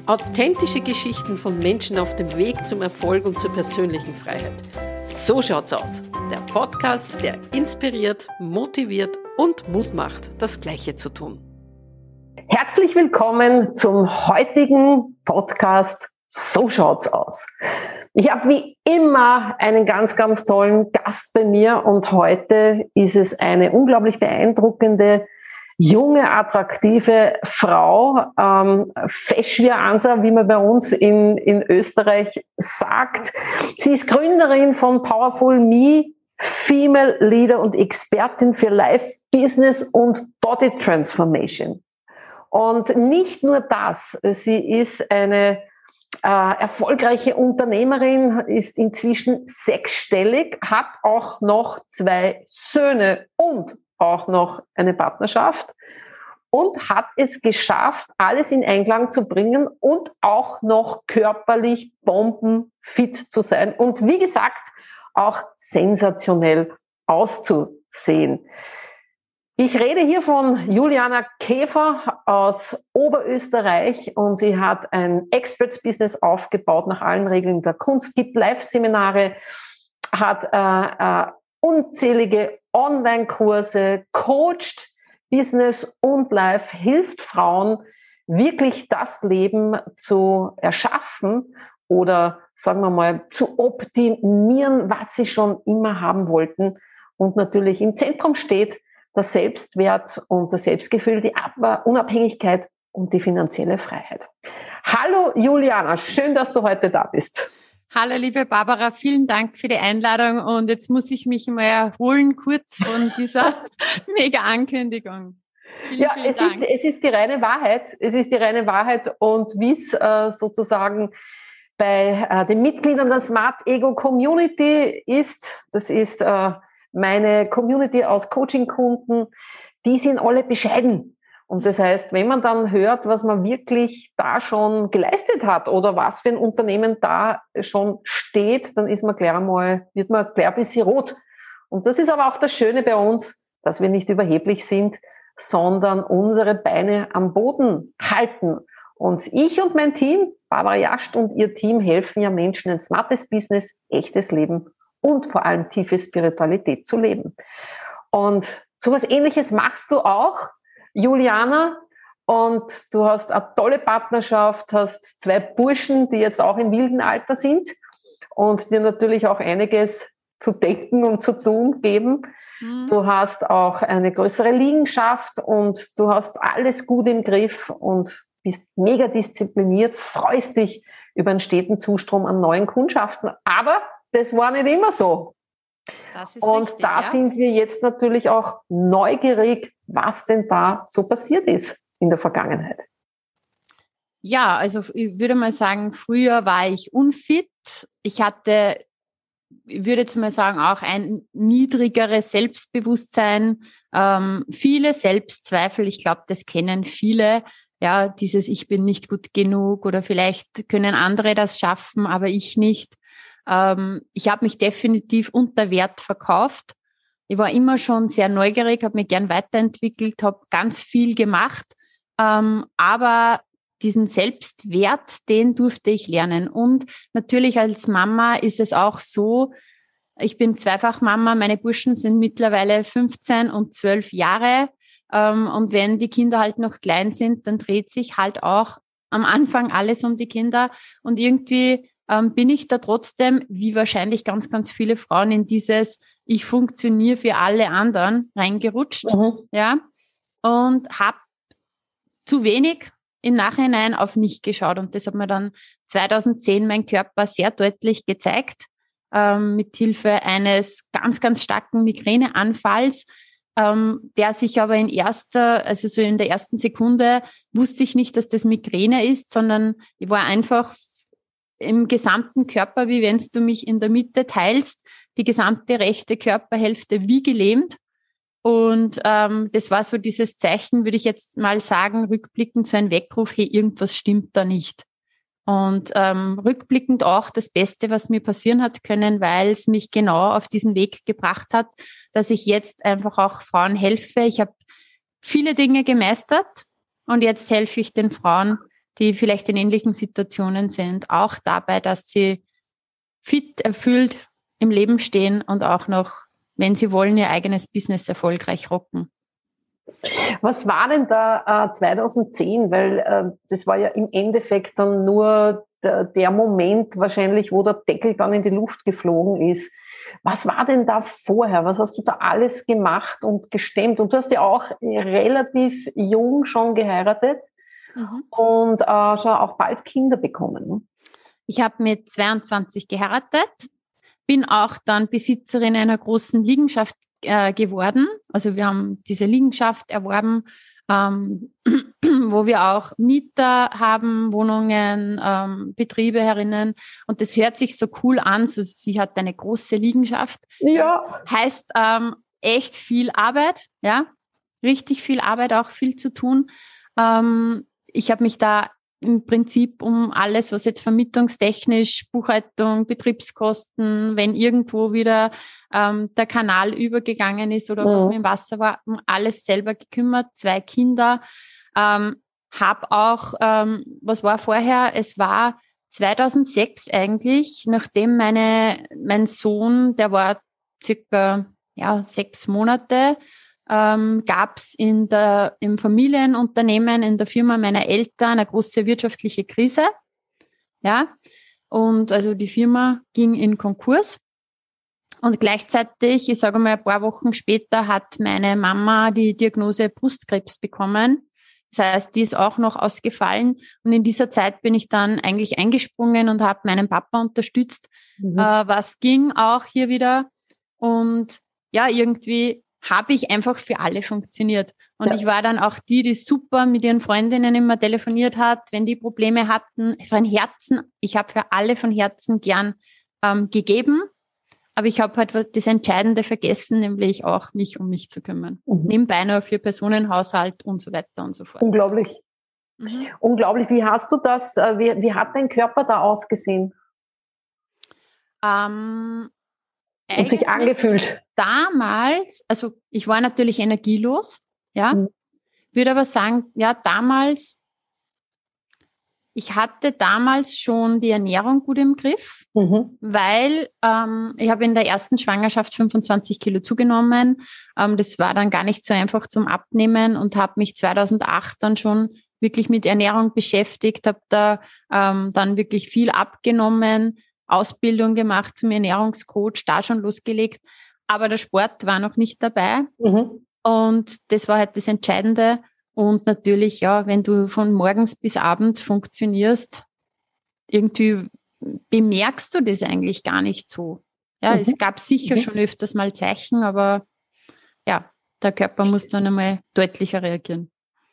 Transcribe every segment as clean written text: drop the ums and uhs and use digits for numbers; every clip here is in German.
Authentische Geschichten von Menschen auf dem Weg zum Erfolg und zur persönlichen Freiheit. So schaut's aus. Der Podcast, der inspiriert, motiviert und Mut macht, das Gleiche zu tun. Herzlich willkommen zum heutigen Podcast So schaut's aus. Ich habe wie immer einen ganz, ganz tollen Gast bei mir und heute ist es eine unglaublich beeindruckende, junge, attraktive Frau, Feschwir-Ansa, wie man bei uns in Österreich sagt. Sie ist Gründerin von Powerful Me, Female Leader und Expertin für Life, Business und Body Transformation. Und nicht nur das, sie ist eine erfolgreiche Unternehmerin, ist inzwischen sechsstellig, hat auch noch 2 Söhne und auch noch eine Partnerschaft und hat es geschafft, alles in Einklang zu bringen und auch noch körperlich bombenfit zu sein und wie gesagt, auch sensationell auszusehen. Ich rede hier von Juliana Käfer aus Oberösterreich und sie hat ein Experts-Business aufgebaut nach allen Regeln der Kunst, gibt Live-Seminare, hat unzählige Online-Kurse, coacht Business und Life, hilft Frauen, wirklich das Leben zu erschaffen oder sagen wir mal zu optimieren, was sie schon immer haben wollten. Und natürlich im Zentrum steht der Selbstwert und das Selbstgefühl, die Unabhängigkeit und die finanzielle Freiheit. Hallo Juliana, schön, dass du heute da bist. Hallo liebe Barbara, vielen Dank für die Einladung und jetzt muss ich mich mal erholen kurz von dieser mega Ankündigung. Vielen Dank. Es ist die reine Wahrheit. Es ist die reine Wahrheit und wie es sozusagen bei den Mitgliedern der Smart Ego Community ist, das ist meine Community aus Coaching-Kunden, die sind alle bescheiden. Und das heißt, wenn man dann hört, was man wirklich da schon geleistet hat oder was für ein Unternehmen da schon steht, dann wird man gleich ein bisschen rot. Und das ist aber auch das Schöne bei uns, dass wir nicht überheblich sind, sondern unsere Beine am Boden halten. Und ich und mein Team, Barbara Jascht und ihr Team, helfen ja Menschen, ein smartes Business, echtes Leben und vor allem tiefe Spiritualität zu leben. Und sowas Ähnliches machst du auch, Juliana, und du hast eine tolle Partnerschaft, hast 2 Burschen, die jetzt auch im wilden Alter sind und dir natürlich auch einiges zu denken und zu tun geben. Mhm. Du hast auch eine größere Liegenschaft und du hast alles gut im Griff und bist mega diszipliniert, freust dich über einen steten Zustrom an neuen Kundschaften. Aber das war nicht immer so. Das ist und richtig, da sind wir jetzt natürlich auch neugierig, was denn da so passiert ist in der Vergangenheit. Ja, also ich würde mal sagen, früher war ich unfit. Ich hatte, ich würde jetzt mal sagen, auch ein niedrigeres Selbstbewusstsein, viele Selbstzweifel. Ich glaube, das kennen viele. Ja, dieses Ich bin nicht gut genug oder vielleicht können andere das schaffen, aber ich nicht. Ich habe mich definitiv unter Wert verkauft. Ich war immer schon sehr neugierig, habe mich gern weiterentwickelt, habe ganz viel gemacht, aber diesen Selbstwert, den durfte ich lernen. Und natürlich als Mama ist es auch so, ich bin Zweifachmama, meine Burschen sind mittlerweile 15 und 12 Jahre. Und wenn die Kinder halt noch klein sind, dann dreht sich halt auch am Anfang alles um die Kinder. Und irgendwie bin ich da trotzdem, wie wahrscheinlich ganz, ganz viele Frauen, in dieses Ich funktioniere für alle anderen reingerutscht, ja, und habe zu wenig im Nachhinein auf mich geschaut. Und das hat mir dann 2010 mein Körper sehr deutlich gezeigt, mit Hilfe eines ganz, ganz starken Migräneanfalls, der sich aber in der ersten Sekunde wusste ich nicht, dass das Migräne ist, sondern ich war einfach im gesamten Körper, wie wenn du mich in der Mitte teilst, die gesamte rechte Körperhälfte wie gelähmt. Und das war so dieses Zeichen, würde ich jetzt mal sagen, rückblickend so ein Weckruf, hey, irgendwas stimmt da nicht. Und rückblickend auch das Beste, was mir passieren hat können, weil es mich genau auf diesen Weg gebracht hat, dass ich jetzt einfach auch Frauen helfe. Ich habe viele Dinge gemeistert und jetzt helfe ich den Frauen, die vielleicht in ähnlichen Situationen sind, auch dabei, dass sie fit, erfüllt im Leben stehen und auch noch, wenn sie wollen, ihr eigenes Business erfolgreich rocken. Was war denn da 2010? Weil das war ja im Endeffekt dann nur der Moment wahrscheinlich, wo der Deckel dann in die Luft geflogen ist. Was war denn da vorher? Was hast du da alles gemacht und gestemmt? Und du hast ja auch relativ jung schon geheiratet und schon auch bald Kinder bekommen. Ne? Ich habe mit 22 geheiratet, bin auch dann Besitzerin einer großen Liegenschaft geworden. Also wir haben diese Liegenschaft erworben, wo wir auch Mieter haben, Wohnungen, Betriebe herinnen. Und das hört sich so cool an. So, sie hat eine große Liegenschaft. Ja. Heißt echt viel Arbeit, ja, richtig viel Arbeit, auch viel zu tun. Ich habe mich da im Prinzip um alles, was jetzt vermietungstechnisch, Buchhaltung, Betriebskosten, wenn irgendwo wieder der Kanal übergegangen ist oder was mit dem Wasser war, um alles selber gekümmert, 2 Kinder. Hab auch, was war vorher? Es war 2006 eigentlich, nachdem mein Sohn, der war circa 6 Monate, gab's im Familienunternehmen, in der Firma meiner Eltern eine große wirtschaftliche Krise. Ja, und also die Firma ging in Konkurs. Und gleichzeitig, ich sage mal, ein paar Wochen später hat meine Mama die Diagnose Brustkrebs bekommen. Das heißt, die ist auch noch ausgefallen. Und in dieser Zeit bin ich dann eigentlich eingesprungen und habe meinen Papa unterstützt, was ging auch hier wieder. Und ja, irgendwie habe ich einfach für alle funktioniert. Und ich war dann auch die super mit ihren Freundinnen immer telefoniert hat, wenn die Probleme hatten. Ich habe für alle von Herzen gern gegeben. Aber ich habe halt das Entscheidende vergessen, nämlich auch mich um mich zu kümmern. Nebenbei noch 4-Personen-Haushalt und so weiter und so fort. Unglaublich. Unglaublich. Wie hast du das, wie hat dein Körper da ausgesehen? Und sich angefühlt? Damals, also ich war natürlich energielos, ja. Würde aber sagen, ja, damals, ich hatte damals schon die Ernährung gut im Griff, weil ich habe in der ersten Schwangerschaft 25 Kilo zugenommen. Das war dann gar nicht so einfach zum Abnehmen und habe mich 2008 dann schon wirklich mit Ernährung beschäftigt, habe da dann wirklich viel abgenommen, Ausbildung gemacht zum Ernährungscoach, da schon losgelegt. Aber der Sport war noch nicht dabei. Und das war halt das Entscheidende. Und natürlich, ja, wenn du von morgens bis abends funktionierst, irgendwie bemerkst du das eigentlich gar nicht so. Ja, es gab sicher schon öfters mal Zeichen, aber ja, der Körper muss dann einmal deutlicher reagieren.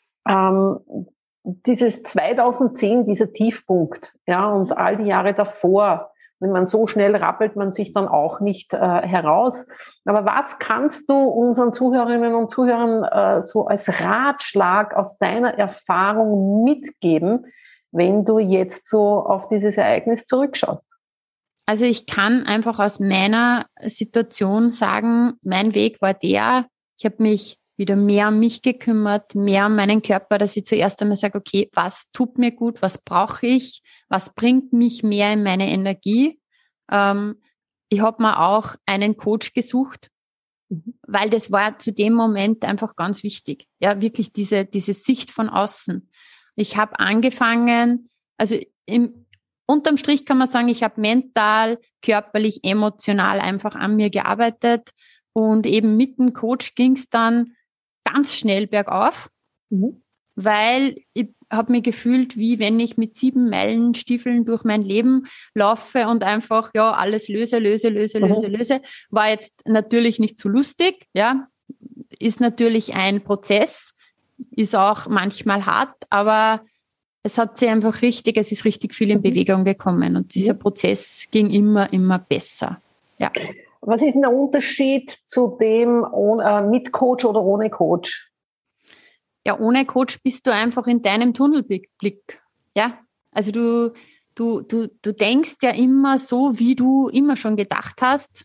Dieses 2010, dieser Tiefpunkt, ja, und all die Jahre davor, wenn man so schnell rappelt man sich dann auch nicht heraus. Aber was kannst du unseren Zuhörerinnen und Zuhörern so als Ratschlag aus deiner Erfahrung mitgeben, wenn du jetzt so auf dieses Ereignis zurückschaust? Also ich kann einfach aus meiner Situation sagen, mein Weg war ich habe mich wieder mehr um mich gekümmert, mehr um meinen Körper, dass ich zuerst einmal sage, okay, was tut mir gut, was brauche ich, was bringt mich mehr in meine Energie. Ich habe mir auch einen Coach gesucht, weil das war zu dem Moment einfach ganz wichtig. Ja, wirklich diese Sicht von außen. Ich habe angefangen, also unterm Strich kann man sagen, ich habe mental, körperlich, emotional einfach an mir gearbeitet und eben mit dem Coach ging es dann ganz schnell bergauf, weil ich habe mich gefühlt, wie wenn ich mit 7 Meilenstiefeln durch mein Leben laufe und einfach ja alles löse. War jetzt natürlich nicht so lustig, ja, ist natürlich ein Prozess, ist auch manchmal hart, aber es ist richtig viel in Bewegung gekommen und dieser Prozess ging immer besser, ja. Was ist denn der Unterschied zu dem mit Coach oder ohne Coach? Ja, ohne Coach bist du einfach in deinem Tunnelblick. Ja, also du denkst ja immer so, wie du immer schon gedacht hast.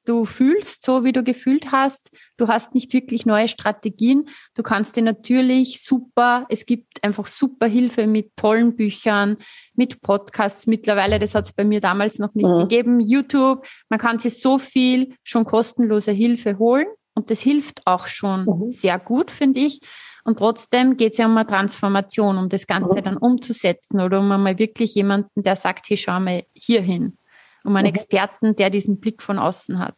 du fühlst, so wie du gefühlt hast. Du hast nicht wirklich neue Strategien. Du kannst dir natürlich es gibt einfach super Hilfe mit tollen Büchern, mit Podcasts mittlerweile. Das hat es bei mir damals noch nicht gegeben. YouTube. Man kann sich so viel schon kostenlose Hilfe holen. Und das hilft auch schon sehr gut, finde ich. Und trotzdem geht es ja um eine Transformation, um das Ganze dann umzusetzen oder um einmal wirklich jemanden, der sagt, hey, schau mal hier hin. Um einen Experten, der diesen Blick von außen hat.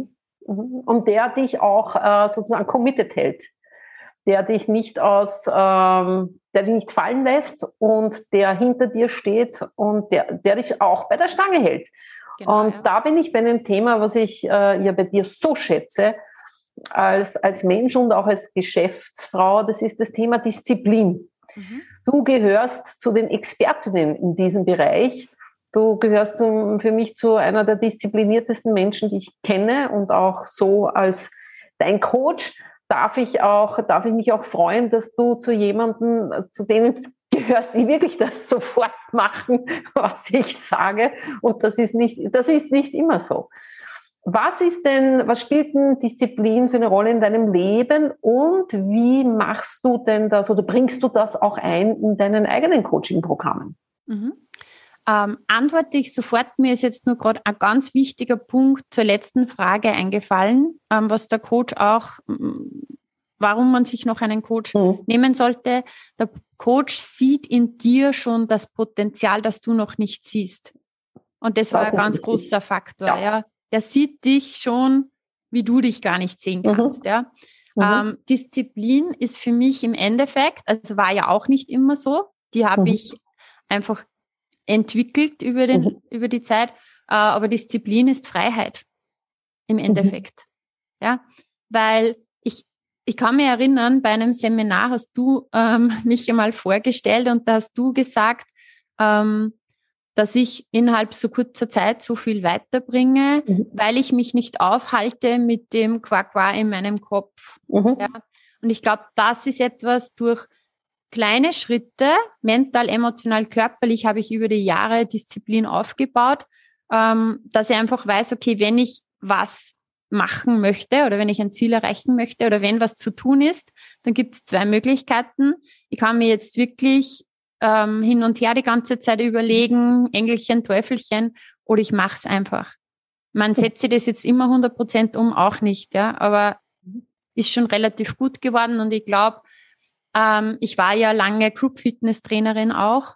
Und der dich auch sozusagen committed hält. Der dich nicht der dich nicht fallen lässt und der hinter dir steht und der dich auch bei der Stange hält. Genau, und da bin ich bei einem Thema, was ich ja bei dir so schätze, als Mensch und auch als Geschäftsfrau, das ist das Thema Disziplin. Du gehörst zu den Expertinnen in diesem Bereich. Du gehörst für mich zu einer der diszipliniertesten Menschen, die ich kenne, und auch so als dein Coach darf ich mich auch freuen, dass du zu denen gehörst, die wirklich das sofort machen, was ich sage. Und das ist nicht immer so. Was spielt denn Disziplin für eine Rolle in deinem Leben und wie machst du denn das oder bringst du das auch ein in deinen eigenen Coaching-Programmen? Antworte ich sofort. Mir ist jetzt nur gerade ein ganz wichtiger Punkt zur letzten Frage eingefallen, was der Coach auch, warum man sich noch einen Coach nehmen sollte. Der Coach sieht in dir schon das Potenzial, das du noch nicht siehst. Und das war ein ganz großer Faktor, ja. Der sieht dich schon, wie du dich gar nicht sehen kannst, ja. Disziplin ist für mich im Endeffekt, also war ja auch nicht immer so, die habe ich einfach entwickelt über die Zeit, aber Disziplin ist Freiheit im Endeffekt, ja, weil ich kann mich erinnern, bei einem Seminar hast du mich einmal vorgestellt und da hast du gesagt, dass ich innerhalb so kurzer Zeit so viel weiterbringe, weil ich mich nicht aufhalte mit dem Quaqua in meinem Kopf. Ja? Und ich glaube, das ist etwas durch kleine Schritte, mental, emotional, körperlich, habe ich über die Jahre Disziplin aufgebaut, dass ich einfach weiß, okay, wenn ich was machen möchte oder wenn ich ein Ziel erreichen möchte oder wenn was zu tun ist, dann gibt es zwei Möglichkeiten. Ich kann mir jetzt wirklich hin und her die ganze Zeit überlegen, Engelchen, Teufelchen, oder ich mache es einfach. Man setze das jetzt immer 100% um, auch nicht, ja, aber ist schon relativ gut geworden und ich glaube, ich war ja lange Group-Fitness-Trainerin auch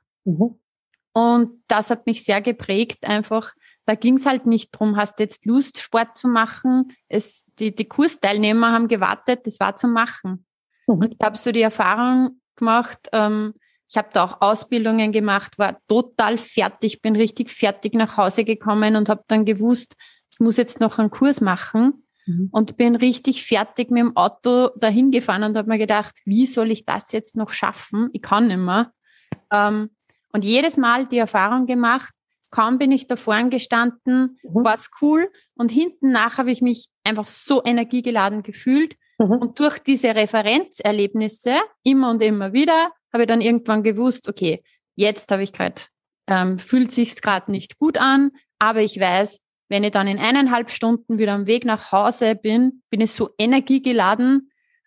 und das hat mich sehr geprägt einfach. Da ging es halt nicht drum, hast jetzt Lust, Sport zu machen. Die Kursteilnehmer haben gewartet, das war zu machen. Und ich habe so die Erfahrung gemacht, ich habe da auch Ausbildungen gemacht, war total fertig, bin richtig fertig nach Hause gekommen und habe dann gewusst, ich muss jetzt noch einen Kurs machen und bin richtig fertig mit dem Auto dahin gefahren und habe mir gedacht, wie soll ich das jetzt noch schaffen? Ich kann nicht mehr. Und jedes Mal die Erfahrung gemacht, kaum bin ich da vorn gestanden, war's cool und hinten nach habe ich mich einfach so energiegeladen gefühlt und durch diese Referenzerlebnisse immer und immer wieder habe ich dann irgendwann gewusst, okay, jetzt habe ich gerade, fühlt sich's gerade nicht gut an, aber ich weiß, wenn ich dann in 1,5 Stunden wieder am Weg nach Hause bin, bin ich so energiegeladen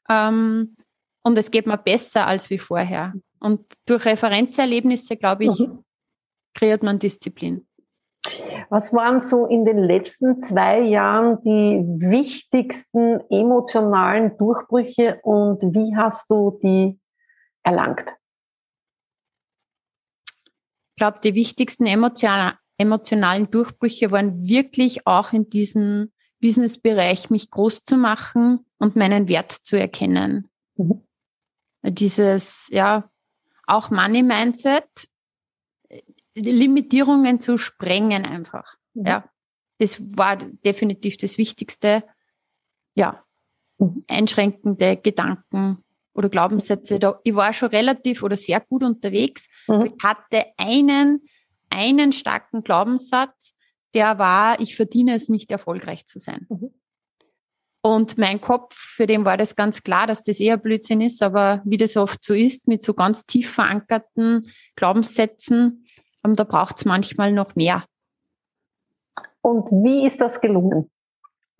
und es geht mir besser als wie vorher. Und durch Referenzerlebnisse, glaube ich, kreiert man Disziplin. Was waren so in den letzten 2 Jahren die wichtigsten emotionalen Durchbrüche und wie hast du die erlangt? Ich glaube, die wichtigsten emotionalen Durchbrüche waren wirklich auch in diesem Businessbereich, mich groß zu machen und meinen Wert zu erkennen. Dieses, ja, auch Money-Mindset, Limitierungen zu sprengen einfach. Ja, das war definitiv das Wichtigste. Ja, einschränkende Gedanken oder Glaubenssätze. Ich war schon relativ oder sehr gut unterwegs. Ich hatte einen starken Glaubenssatz, der war, ich verdiene es nicht, erfolgreich zu sein. Und mein Kopf, für den war das ganz klar, dass das eher Blödsinn ist, aber wie das oft so ist, mit so ganz tief verankerten Glaubenssätzen, da braucht es manchmal noch mehr. Und wie ist das gelungen?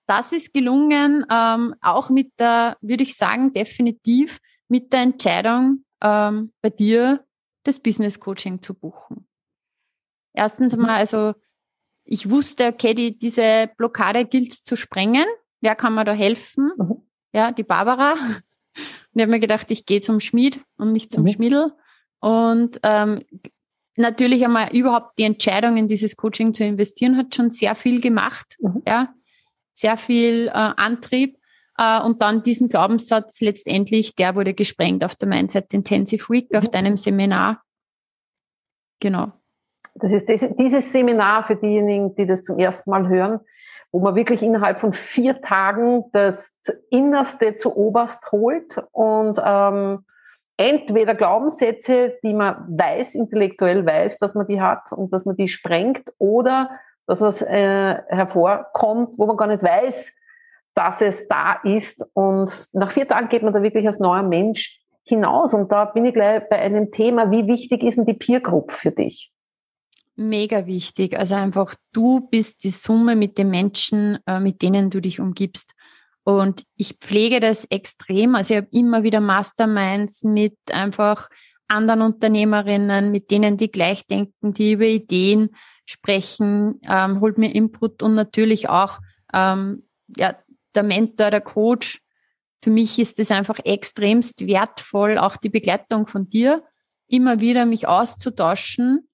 Das ist gelungen, auch mit der, würde ich sagen, definitiv mit der Entscheidung, bei dir das Business Coaching zu buchen. Erstens einmal, also ich wusste, okay, diese Blockade gilt es zu sprengen. Wer kann mir da helfen? Ja, die Barbara. Und ich habe mir gedacht, ich gehe zum Schmied und nicht zum Schmiedl. Und natürlich einmal überhaupt die Entscheidung, in dieses Coaching zu investieren, hat schon sehr viel gemacht. Ja, sehr viel Antrieb. Und dann diesen Glaubenssatz letztendlich, der wurde gesprengt auf der Mindset Intensive Week, auf deinem Seminar. Genau. Das ist dieses Seminar für diejenigen, die das zum ersten Mal hören, wo man wirklich innerhalb von 4 Tagen das Innerste zu Oberst holt und entweder Glaubenssätze, die man weiß, intellektuell weiß, dass man die hat und dass man die sprengt, oder dass was hervorkommt, wo man gar nicht weiß, dass es da ist. Und nach 4 Tagen geht man da wirklich als neuer Mensch hinaus. Und da bin ich gleich bei einem Thema: Wie wichtig ist denn die Peer Group für dich? Mega wichtig. Also einfach, du bist die Summe mit den Menschen, mit denen du dich umgibst. Und ich pflege das extrem. Also ich habe immer wieder Masterminds mit einfach anderen Unternehmerinnen, mit denen, die gleich denken, die über Ideen sprechen, holt mir Input und natürlich auch der Mentor, der Coach. Für mich ist es einfach extremst wertvoll, auch die Begleitung von dir, immer wieder mich auszutauschen,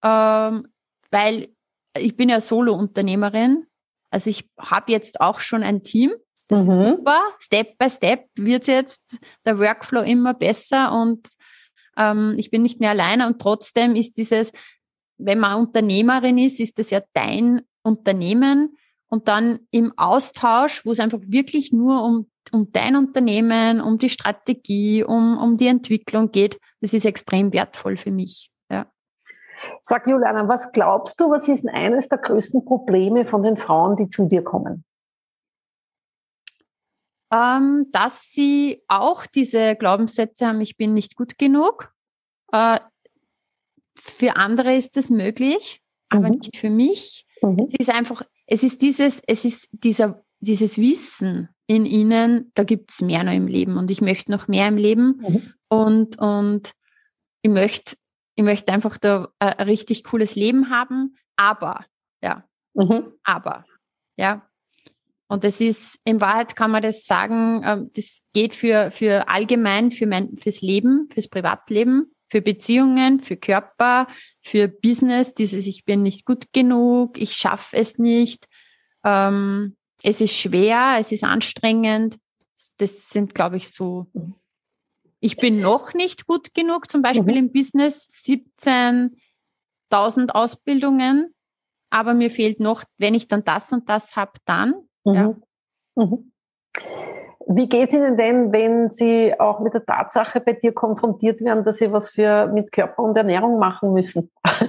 weil ich bin ja Solo-Unternehmerin. Also ich habe jetzt auch schon ein Team. Das ist super. Step by Step wird jetzt der Workflow immer besser und ich bin nicht mehr alleine. Und trotzdem ist dieses, wenn man Unternehmerin ist, ist das ja dein Unternehmen. Und dann im Austausch, wo es einfach wirklich nur um dein Unternehmen, um die Strategie, um die Entwicklung geht, das ist extrem wertvoll für mich. Ja. Sag Juliana, was glaubst du, was ist denn eines der größten Probleme von den Frauen, die zu dir kommen? Dass sie auch diese Glaubenssätze haben, ich bin nicht gut genug. Für andere ist das möglich, aber nicht für mich. Es ist einfach, es ist dieses Wissen in ihnen, da gibt es mehr noch im Leben und ich möchte noch mehr im Leben und ich möchte einfach da ein richtig cooles Leben haben, aber, ja, und das ist, in Wahrheit kann man das sagen, das geht für allgemein, fürs Leben, fürs Privatleben, für Beziehungen, für Körper, für Business, dieses ich bin nicht gut genug, ich schaffe es nicht, es ist schwer, es ist anstrengend. Das sind, glaube ich, so, ich bin noch nicht gut genug, zum Beispiel im Business 17.000 Ausbildungen, aber mir fehlt noch, wenn ich dann das und das habe, dann. Ja. Wie geht es Ihnen denn, wenn Sie auch mit der Tatsache bei dir konfrontiert werden, dass Sie was mit Körper und Ernährung machen müssen?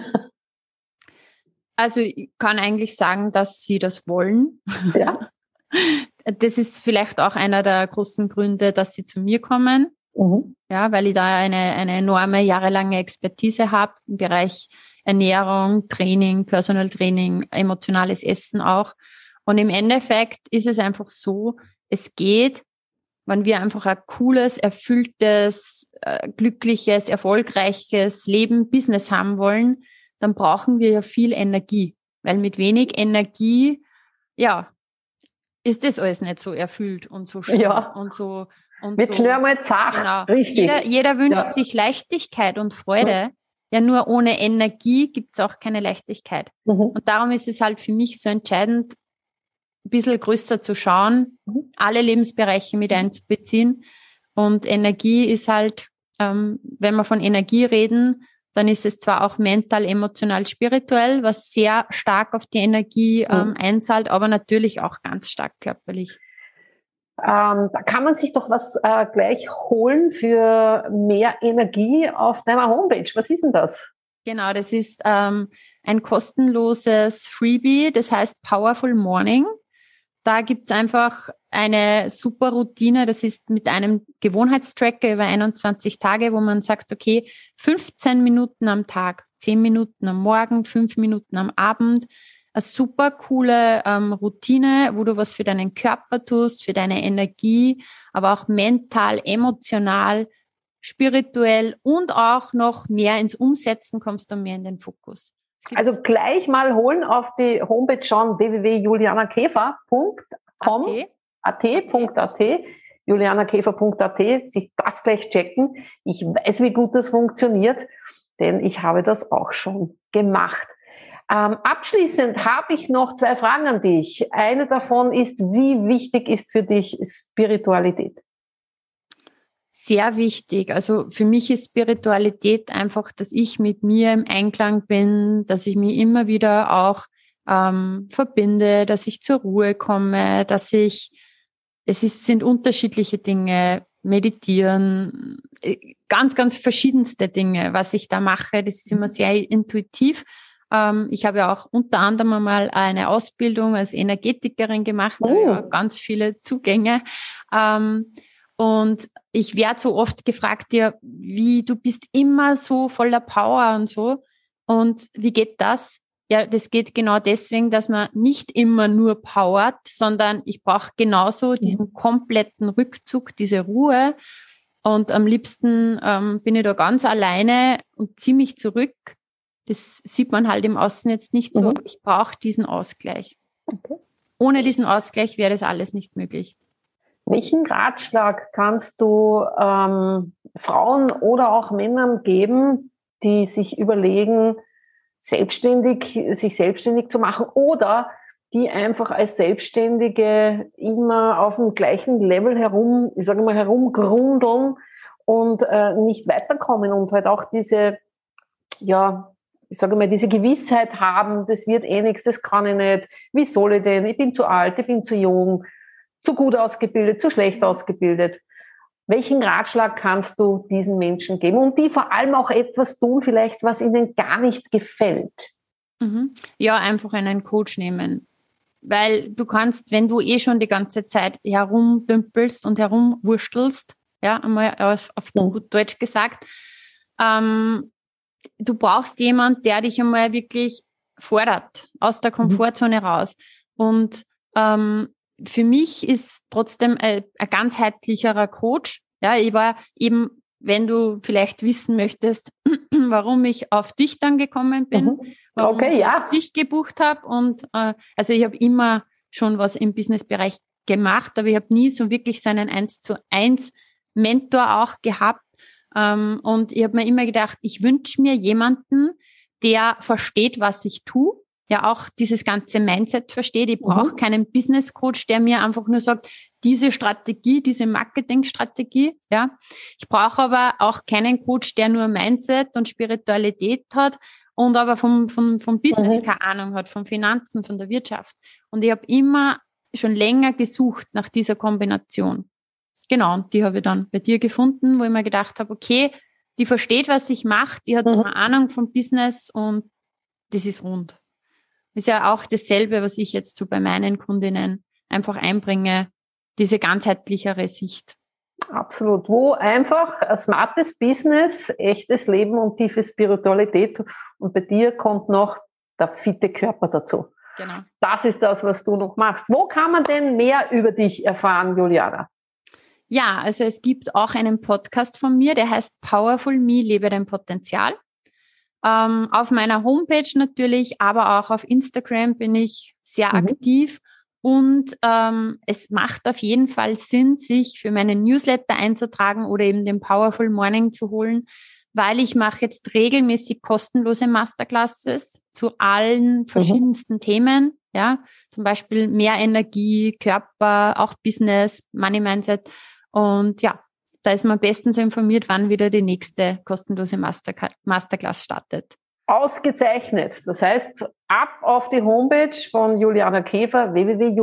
Also ich kann eigentlich sagen, dass Sie das wollen. Ja. Das ist vielleicht auch einer der großen Gründe, dass Sie zu mir kommen. Ja, weil ich da eine enorme, jahrelange Expertise habe im Bereich Ernährung, Training, Personal Training, emotionales Essen auch. Und im Endeffekt ist es einfach so, es geht, wenn wir einfach ein cooles, erfülltes, glückliches, erfolgreiches Leben, Business haben wollen, dann brauchen wir ja viel Energie. Weil mit wenig Energie, ja, ist das alles nicht so erfüllt und so schön und so. Und wird so, schnell mal zart, genau. richtig. Jeder wünscht sich Leichtigkeit und Freude. Ja, nur ohne Energie gibt es auch keine Leichtigkeit. Und darum ist es halt für mich so entscheidend, ein bisschen größer zu schauen, alle Lebensbereiche mit einzubeziehen. Und Energie ist halt, wenn wir von Energie reden, dann ist es zwar auch mental, emotional, spirituell, was sehr stark auf die Energie einzahlt, aber natürlich auch ganz stark körperlich. Da kann man sich doch was gleich holen für mehr Energie auf deiner Homepage. Was ist denn das? Genau, das ist ein kostenloses Freebie, das heißt Powerful Morning. Da gibt's einfach eine super Routine, das ist mit einem Gewohnheitstracker über 21 Tage, wo man sagt, okay, 15 Minuten am Tag, 10 Minuten am Morgen, 5 Minuten am Abend, eine super coole Routine, wo du was für deinen Körper tust, für deine Energie, aber auch mental, emotional, spirituell und auch noch mehr ins Umsetzen kommst und mehr in den Fokus. Also gleich mal holen auf die Homepage schauen, www.julianakäfer.at, julianakäfer.at, sich das gleich checken. Ich weiß, wie gut das funktioniert, denn ich habe das auch schon gemacht. Abschließend habe ich noch 2 Fragen an dich. Eine davon ist, wie wichtig ist für dich Spiritualität? Sehr wichtig. Also für mich ist Spiritualität einfach, dass ich mit mir im Einklang bin, dass ich mich immer wieder auch verbinde, dass ich zur Ruhe komme, sind unterschiedliche Dinge, meditieren, ganz, ganz verschiedenste Dinge, was ich da mache. Das ist immer sehr intuitiv. Ich habe ja auch unter anderem einmal eine Ausbildung als Energetikerin gemacht, ja, ganz viele Zugänge. Und ich werde so oft gefragt, ja, du bist immer so voller Power und so. Und wie geht das? Ja, das geht genau deswegen, dass man nicht immer nur powert, sondern ich brauche genauso diesen kompletten Rückzug, diese Ruhe. Und am liebsten bin ich da ganz alleine und ziehe mich zurück. Das sieht man halt im Außen jetzt nicht so, aber ich brauche diesen Ausgleich. Okay. Ohne diesen Ausgleich wäre das alles nicht möglich. Welchen Ratschlag kannst du Frauen oder auch Männern geben, die sich überlegen, sich selbstständig zu machen oder die einfach als Selbstständige immer auf dem gleichen Level herumgrundeln und nicht weiterkommen und halt auch diese Gewissheit haben, das wird eh nichts, das kann ich nicht, wie soll ich denn, ich bin zu alt, ich bin zu jung, zu gut ausgebildet, zu schlecht ausgebildet. Welchen Ratschlag kannst du diesen Menschen geben und die vor allem auch etwas tun, vielleicht was ihnen gar nicht gefällt? Ja, einfach einen Coach nehmen. Weil du kannst, wenn du schon die ganze Zeit herumdümpelst und herumwurstelst, ja, einmal auf gut Deutsch gesagt, du brauchst jemanden, der dich einmal wirklich fordert, aus der Komfortzone raus. Und für mich ist trotzdem ein ganzheitlicherer Coach. Ja, ich war eben, wenn du vielleicht wissen möchtest, warum ich auf dich dann gekommen bin, warum ich jetzt dich gebucht habe. Und also ich habe immer schon was im Businessbereich gemacht, aber ich habe nie so wirklich so einen 1:1 Mentor auch gehabt. Und ich habe mir immer gedacht, ich wünsche mir jemanden, der versteht, was ich tue, ja auch dieses ganze Mindset versteht. Ich brauche keinen Business Coach, der mir einfach nur sagt, diese Strategie, diese Marketingstrategie, ja. Ich brauche aber auch keinen Coach, der nur Mindset und Spiritualität hat und aber vom Business keine Ahnung hat, von Finanzen, von der Wirtschaft. Und ich habe immer schon länger gesucht nach dieser Kombination. Genau, und die habe ich dann bei dir gefunden, wo ich mir gedacht habe, okay, die versteht, was ich mache, die hat eine Ahnung vom Business und das ist rund. Ist ja auch dasselbe, was ich jetzt so bei meinen Kundinnen einfach einbringe, diese ganzheitlichere Sicht. Absolut. Wo einfach ein smartes Business, echtes Leben und tiefe Spiritualität und bei dir kommt noch der fitte Körper dazu. Genau. Das ist das, was du noch machst. Wo kann man denn mehr über dich erfahren, Juliana? Ja, also es gibt auch einen Podcast von mir, der heißt Powerful Me, lebe dein Potenzial. Auf meiner Homepage natürlich, aber auch auf Instagram bin ich sehr aktiv und es macht auf jeden Fall Sinn, sich für meinen Newsletter einzutragen oder eben den Powerful Morning zu holen, weil ich mache jetzt regelmäßig kostenlose Masterclasses zu allen verschiedensten Themen, ja, zum Beispiel mehr Energie, Körper, auch Business, Money Mindset und ja, da ist man bestens informiert, wann wieder die nächste kostenlose Masterclass startet. Ausgezeichnet. Das heißt, ab auf die Homepage von Juliana Käfer,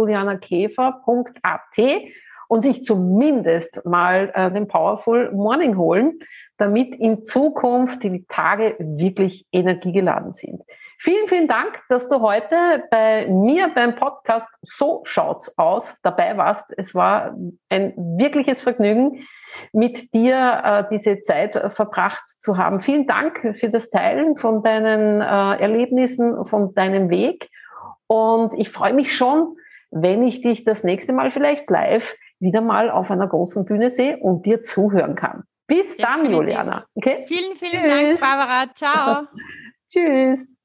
www.julianakäfer.at und sich zumindest mal den Powerful Morning holen, damit in Zukunft die Tage wirklich energiegeladen sind. Vielen, vielen Dank, dass du heute bei mir beim Podcast So schaut's aus dabei warst. Es war ein wirkliches Vergnügen, mit dir diese Zeit verbracht zu haben. Vielen Dank für das Teilen von deinen Erlebnissen, von deinem Weg. Und ich freue mich schon, wenn ich dich das nächste Mal vielleicht live wieder mal auf einer großen Bühne sehe und dir zuhören kann. Bis dann, Juliana. Okay? Vielen, vielen Dank, Barbara. Ciao. Tschüss.